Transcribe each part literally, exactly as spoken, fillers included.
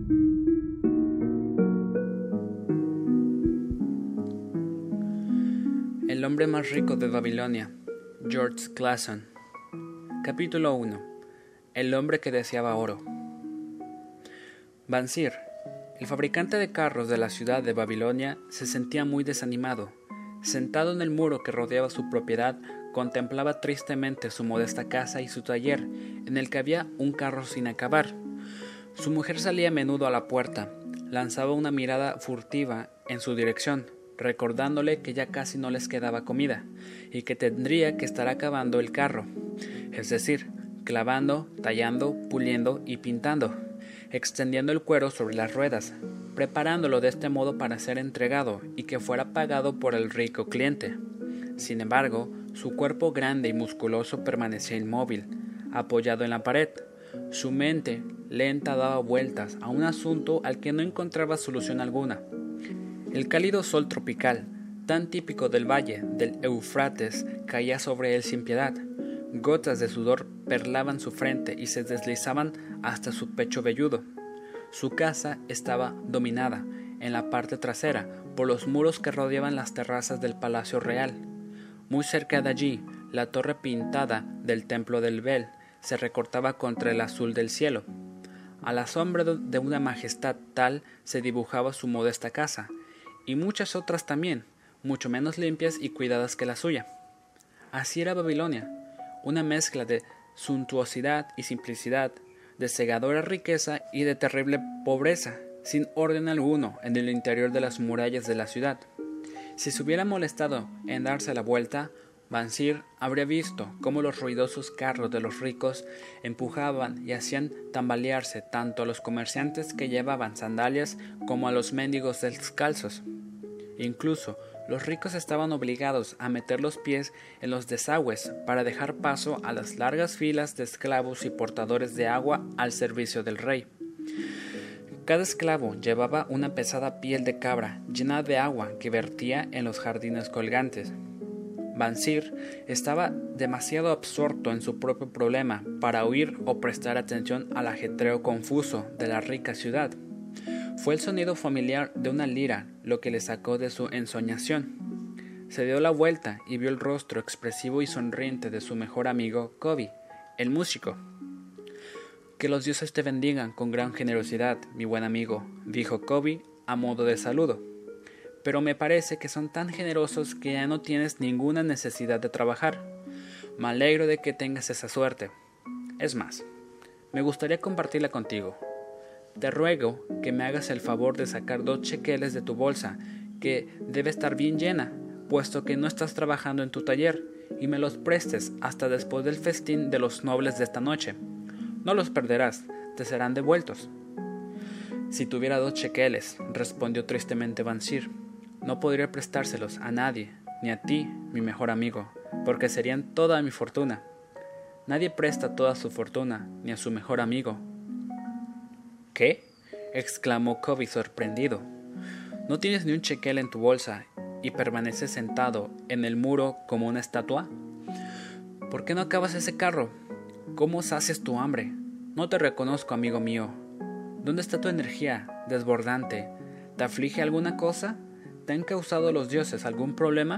El hombre más rico de Babilonia, George Clason. Capítulo uno. El hombre que deseaba oro. Bansir, el fabricante de carros de la ciudad de Babilonia, se sentía muy desanimado. Sentado en el muro que rodeaba su propiedad, contemplaba tristemente su modesta casa y su taller, en el que había un carro sin acabar. Su mujer salía a menudo a la puerta, lanzaba una mirada furtiva en su dirección, recordándole que ya casi no les quedaba comida, y que tendría que estar acabando el carro, es decir, clavando, tallando, puliendo y pintando, extendiendo el cuero sobre las ruedas, preparándolo de este modo para ser entregado y que fuera pagado por el rico cliente. Sin embargo, su cuerpo grande y musculoso permanecía inmóvil, apoyado en la pared. Su mente lenta daba vueltas a un asunto al que no encontraba solución alguna. El cálido sol tropical, tan típico del valle del Éufrates, caía sobre él sin piedad. Gotas de sudor perlaban su frente y se deslizaban hasta su pecho velludo. Su casa estaba dominada, en la parte trasera, por los muros que rodeaban las terrazas del Palacio Real. Muy cerca de allí, la torre pintada del Templo del Bel se recortaba contra el azul del cielo. A la sombra de una majestad tal se dibujaba su modesta casa, y muchas otras también, mucho menos limpias y cuidadas que la suya. Así era Babilonia, una mezcla de suntuosidad y simplicidad, de cegadora riqueza y de terrible pobreza, sin orden alguno en el interior de las murallas de la ciudad. Si se hubiera molestado en darse la vuelta, Bansir habría visto cómo los ruidosos carros de los ricos empujaban y hacían tambalearse tanto a los comerciantes que llevaban sandalias como a los mendigos descalzos. Incluso los ricos estaban obligados a meter los pies en los desagües para dejar paso a las largas filas de esclavos y portadores de agua al servicio del rey. Cada esclavo llevaba una pesada piel de cabra llena de agua que vertía en los jardines colgantes. Bansir estaba demasiado absorto en su propio problema para oír o prestar atención al ajetreo confuso de la rica ciudad. Fue el sonido familiar de una lira lo que le sacó de su ensoñación. Se dio la vuelta y vio el rostro expresivo y sonriente de su mejor amigo Kobi, el músico. «Que los dioses te bendigan con gran generosidad, mi buen amigo», dijo Kobi a modo de saludo. «Pero me parece que son tan generosos que ya no tienes ninguna necesidad de trabajar. Me alegro de que tengas esa suerte. Es más, me gustaría compartirla contigo. Te ruego que me hagas el favor de sacar dos chequeles de tu bolsa, que debe estar bien llena, puesto que no estás trabajando en tu taller, y me los prestes hasta después del festín de los nobles de esta noche. No los perderás, te serán devueltos». «Si tuviera dos chequeles», respondió tristemente Bansir, «no podría prestárselos a nadie, ni a ti, mi mejor amigo, porque serían toda mi fortuna. Nadie presta toda su fortuna, ni a su mejor amigo». «¿Qué?», exclamó Kobi sorprendido. «¿No tienes ni un chequel en tu bolsa y permaneces sentado en el muro como una estatua? ¿Por qué no acabas ese carro? ¿Cómo sacias tu hambre? No te reconozco, amigo mío. ¿Dónde está tu energía desbordante? ¿Te aflige alguna cosa? ¿Te han causado los dioses algún problema?»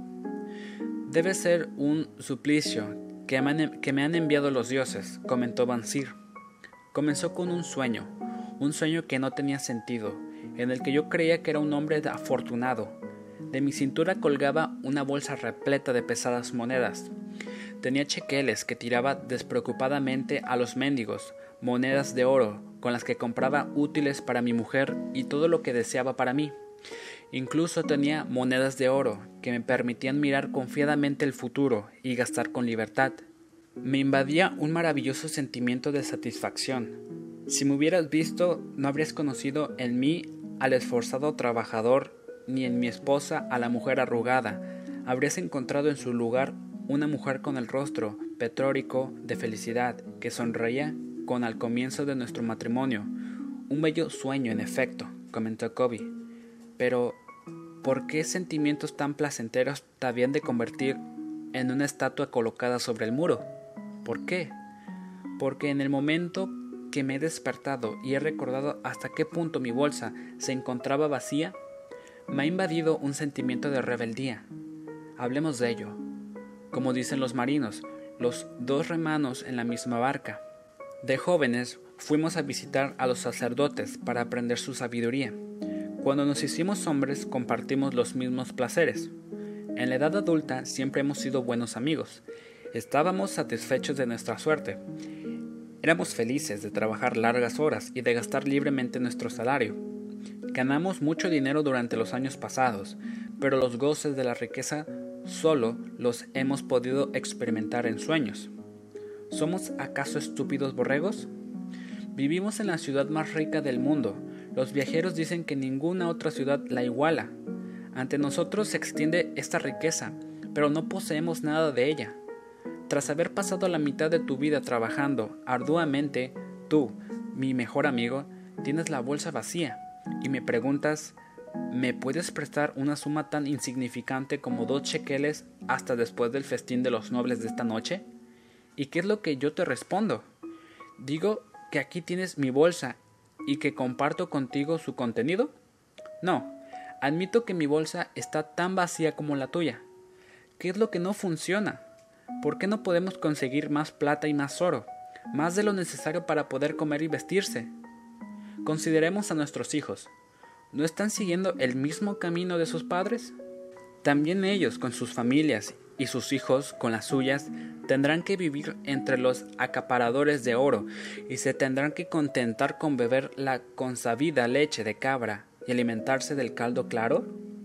«Debe ser un suplicio que me han, que me han enviado los dioses», comentó Bansir. «Comenzó con un sueño, un sueño que no tenía sentido, en el que yo creía que era un hombre afortunado. De mi cintura colgaba una bolsa repleta de pesadas monedas. Tenía chequeles que tiraba despreocupadamente a los mendigos, monedas de oro con las que compraba útiles para mi mujer y todo lo que deseaba para mí. Incluso tenía monedas de oro que me permitían mirar confiadamente el futuro y gastar con libertad. Me invadía un maravilloso sentimiento de satisfacción. Si me hubieras visto, no habrías conocido en mí al esforzado trabajador, ni en mi esposa a la mujer arrugada. Habrías encontrado en su lugar una mujer con el rostro petrórico de felicidad, que sonreía con al comienzo de nuestro matrimonio. Un bello sueño, en efecto», comentó Kobi. «Pero, ¿por qué sentimientos tan placenteros te habían de convertir en una estatua colocada sobre el muro? ¿Por qué? Porque en el momento que me he despertado y he recordado hasta qué punto mi bolsa se encontraba vacía, me ha invadido un sentimiento de rebeldía. Hablemos de ello. Como dicen los marinos, los dos remanos en la misma barca. De jóvenes fuimos a visitar a los sacerdotes para aprender su sabiduría. Cuando nos hicimos hombres compartimos los mismos placeres. En la edad adulta siempre hemos sido buenos amigos. Estábamos satisfechos de nuestra suerte. Éramos felices de trabajar largas horas y de gastar libremente nuestro salario. Ganamos mucho dinero durante los años pasados, pero los goces de la riqueza solo los hemos podido experimentar en sueños. ¿Somos acaso estúpidos borregos? Vivimos en la ciudad más rica del mundo. Los viajeros dicen que ninguna otra ciudad la iguala. Ante nosotros se extiende esta riqueza, pero no poseemos nada de ella. Tras haber pasado la mitad de tu vida trabajando arduamente, tú, mi mejor amigo, tienes la bolsa vacía y me preguntas, ¿me puedes prestar una suma tan insignificante como dos shekeles hasta después del festín de los nobles de esta noche? ¿Y qué es lo que yo te respondo? ¿Digo que aquí tienes mi bolsa y que comparto contigo su contenido? No, admito que mi bolsa está tan vacía como la tuya. ¿Qué es lo que no funciona? ¿Por qué no podemos conseguir más plata y más oro, más de lo necesario para poder comer y vestirse? Consideremos a nuestros hijos. ¿No están siguiendo el mismo camino de sus padres? También ellos, con sus familias y sus hijos, con las suyas, tendrán que vivir entre los acaparadores de oro y se tendrán que contentar con beber la consabida leche de cabra y alimentarse del caldo claro.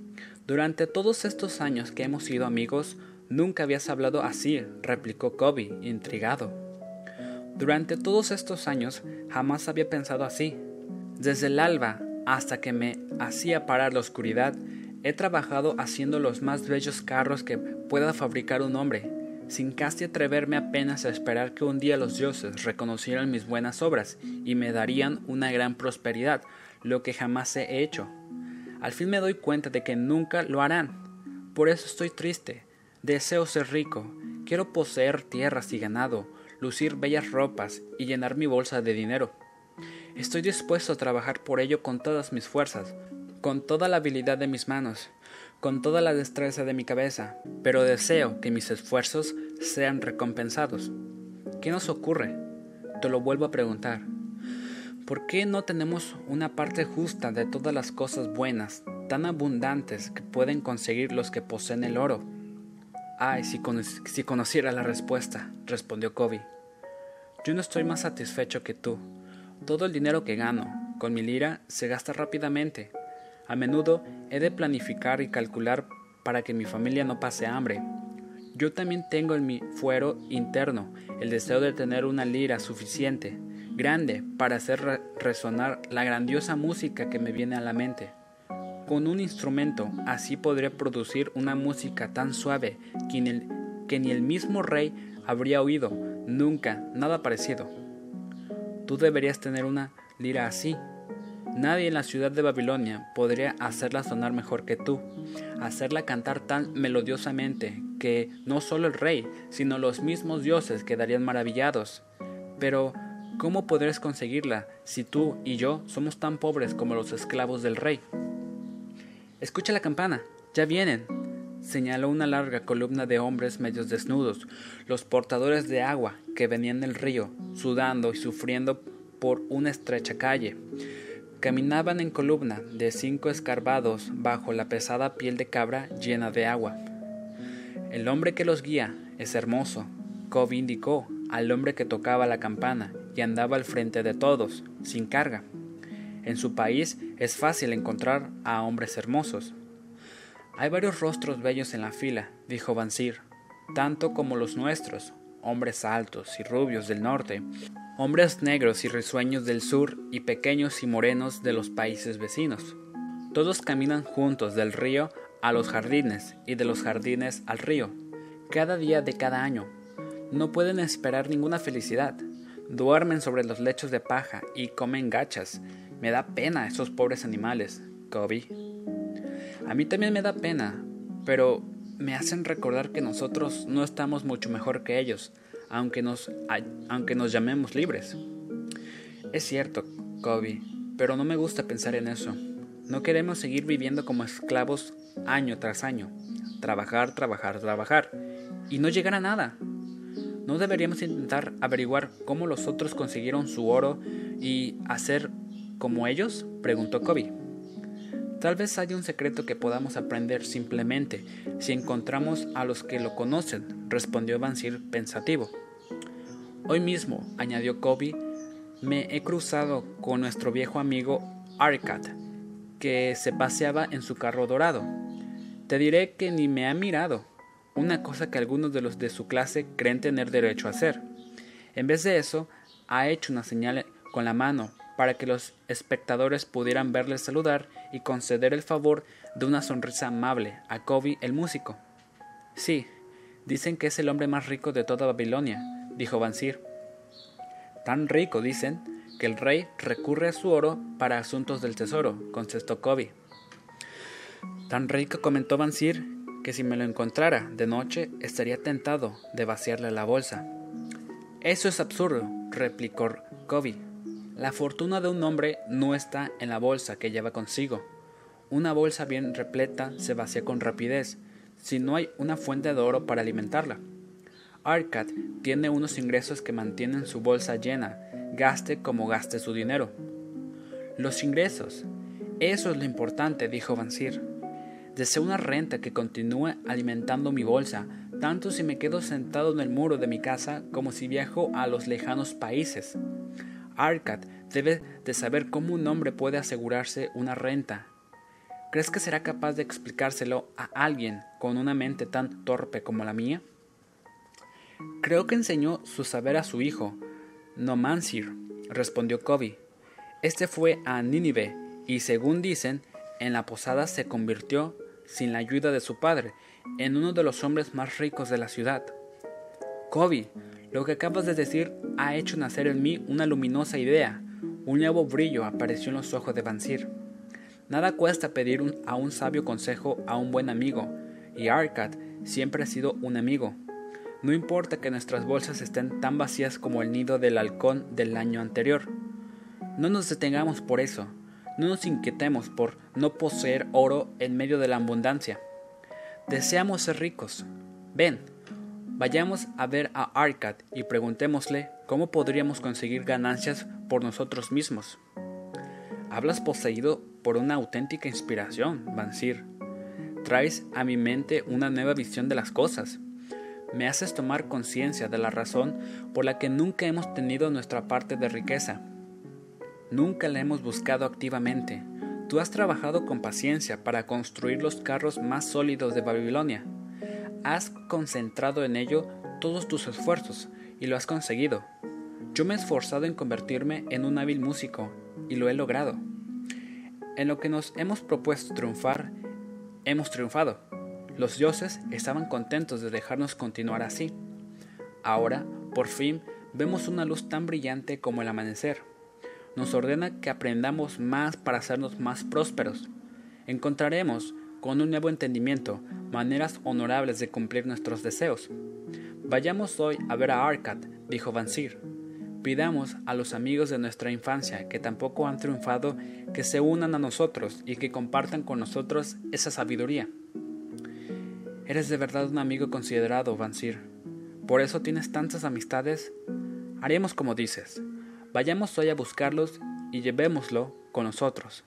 Durante todos estos años que hemos sido amigos, nunca habías hablado así, replicó Covey, intrigado. Durante todos estos años jamás había pensado así. Desde el alba hasta que me hacía parar la oscuridad, he trabajado haciendo los más bellos carros que pueda fabricar un hombre, sin casi atreverme apenas a esperar que un día los dioses reconocieran mis buenas obras y me darían una gran prosperidad, lo que jamás he hecho. Al fin me doy cuenta de que nunca lo harán. Por eso estoy triste. Deseo ser rico, quiero poseer tierras y ganado, lucir bellas ropas y llenar mi bolsa de dinero. Estoy dispuesto a trabajar por ello con todas mis fuerzas, con toda la habilidad de mis manos, con toda la destreza de mi cabeza, pero deseo que mis esfuerzos sean recompensados. ¿Qué nos ocurre? Te lo vuelvo a preguntar. ¿Por qué no tenemos una parte justa de todas las cosas buenas, tan abundantes que pueden conseguir los que poseen el oro? Ay, si, cono- si conociera la respuesta, respondió Covey. Yo no estoy más satisfecho que tú. Todo el dinero que gano, con mi lira, se gasta rápidamente. A menudo he de planificar y calcular para que mi familia no pase hambre. Yo también tengo en mi fuero interno el deseo de tener una lira suficiente, grande, para hacer re- resonar la grandiosa música que me viene a la mente. Con un instrumento así podré producir una música tan suave que ni, el, que ni el mismo rey habría oído nunca nada parecido. Tú deberías tener una lira así. Nadie en la ciudad de Babilonia podría hacerla sonar mejor que tú, hacerla cantar tan melodiosamente que no solo el rey, sino los mismos dioses quedarían maravillados. Pero, ¿cómo podrás conseguirla si tú y yo somos tan pobres como los esclavos del rey? Escucha la campana, ya vienen, señaló una larga columna de hombres medios desnudos, los portadores de agua que venían del río, sudando y sufriendo por una estrecha calle. Caminaban en columna de cinco escarbados bajo la pesada piel de cabra llena de agua. El hombre que los guía es hermoso, Covey indicó al hombre que tocaba la campana y andaba al frente de todos, sin carga. En su país es fácil encontrar a hombres hermosos. Hay varios rostros bellos en la fila, dijo Bansir, tanto como los nuestros, hombres altos y rubios del norte, hombres negros y risueños del sur y pequeños y morenos de los países vecinos. Todos caminan juntos del río a los jardines y de los jardines al río, cada día de cada año. No pueden esperar ninguna felicidad. Duermen sobre los lechos de paja y comen gachas. Me da pena esos pobres animales, Covey. A mí también me da pena, pero me hacen recordar que nosotros no estamos mucho mejor que ellos, aunque nos, aunque nos llamemos libres. Es cierto, Kobe, pero no me gusta pensar en eso. No queremos seguir viviendo como esclavos año tras año. Trabajar, trabajar, trabajar. Y no llegar a nada. ¿No deberíamos intentar averiguar cómo los otros consiguieron su oro y hacer como ellos?, preguntó Kobe. Tal vez haya un secreto que podamos aprender simplemente si encontramos a los que lo conocen, respondió Banzir pensativo. Hoy mismo, añadió Kobe, me he cruzado con nuestro viejo amigo Arcad, que se paseaba en su carro dorado. Te diré que ni me ha mirado, una cosa que algunos de los de su clase creen tener derecho a hacer. En vez de eso, ha hecho una señal con la mano para que los espectadores pudieran verle saludar y conceder el favor de una sonrisa amable a Kobe el músico. Sí, dicen que es el hombre más rico de toda Babilonia, dijo Banzir. Tan rico, dicen, que el rey recurre a su oro para asuntos del tesoro, contestó Kobe. Tan rico, comentó Banzir, que si me lo encontrara de noche estaría tentado de vaciarle la bolsa. Eso es absurdo, replicó Kobe. La fortuna de un hombre no está en la bolsa que lleva consigo. Una bolsa bien repleta se vacía con rapidez, si no hay una fuente de oro para alimentarla. Arcad tiene unos ingresos que mantienen su bolsa llena, gaste como gaste su dinero. Los ingresos, eso es lo importante, dijo Banzir. Deseo una renta que continúe alimentando mi bolsa, tanto si me quedo sentado en el muro de mi casa como si viajo a los lejanos países. Arcad debe de saber cómo un hombre puede asegurarse una renta. ¿Crees que será capaz de explicárselo a alguien con una mente tan torpe como la mía? Creo que enseñó su saber a su hijo, Nomansir, respondió Kobe. Este fue a Nínive y, según dicen, en la posada se convirtió, sin la ayuda de su padre, en uno de los hombres más ricos de la ciudad. Kobe, lo que acabas de decir ha hecho nacer en mí una luminosa idea. Un nuevo brillo apareció en los ojos de Banzir. Nada cuesta pedir un, a un sabio consejo a un buen amigo, y Arcad siempre ha sido un amigo. No importa que nuestras bolsas estén tan vacías como el nido del halcón del año anterior. No nos detengamos por eso. No nos inquietemos por no poseer oro en medio de la abundancia. Deseamos ser ricos. Ven, vayamos a ver a Arcad y preguntémosle cómo podríamos conseguir ganancias por nosotros mismos. Hablas poseído por una auténtica inspiración, Banzir. Traes a mi mente una nueva visión de las cosas. Me haces tomar conciencia de la razón por la que nunca hemos tenido nuestra parte de riqueza. Nunca la hemos buscado activamente. Tú has trabajado con paciencia para construir los carros más sólidos de Babilonia. Has concentrado en ello todos tus esfuerzos y lo has conseguido. Yo me he esforzado en convertirme en un hábil músico y lo he logrado. En lo que nos hemos propuesto triunfar, hemos triunfado. Los dioses estaban contentos de dejarnos continuar así. Ahora, por fin, vemos una luz tan brillante como el amanecer. Nos ordena que aprendamos más para hacernos más prósperos. Encontraremos, con un nuevo entendimiento, maneras honorables de cumplir nuestros deseos. Vayamos hoy a ver a Arcad, dijo Banzir. Pidamos a los amigos de nuestra infancia que tampoco han triunfado que se unan a nosotros y que compartan con nosotros esa sabiduría. Eres de verdad un amigo considerado, Banzir. ¿Por eso tienes tantas amistades? Haremos como dices. Vayamos hoy a buscarlos y llevémoslo con nosotros.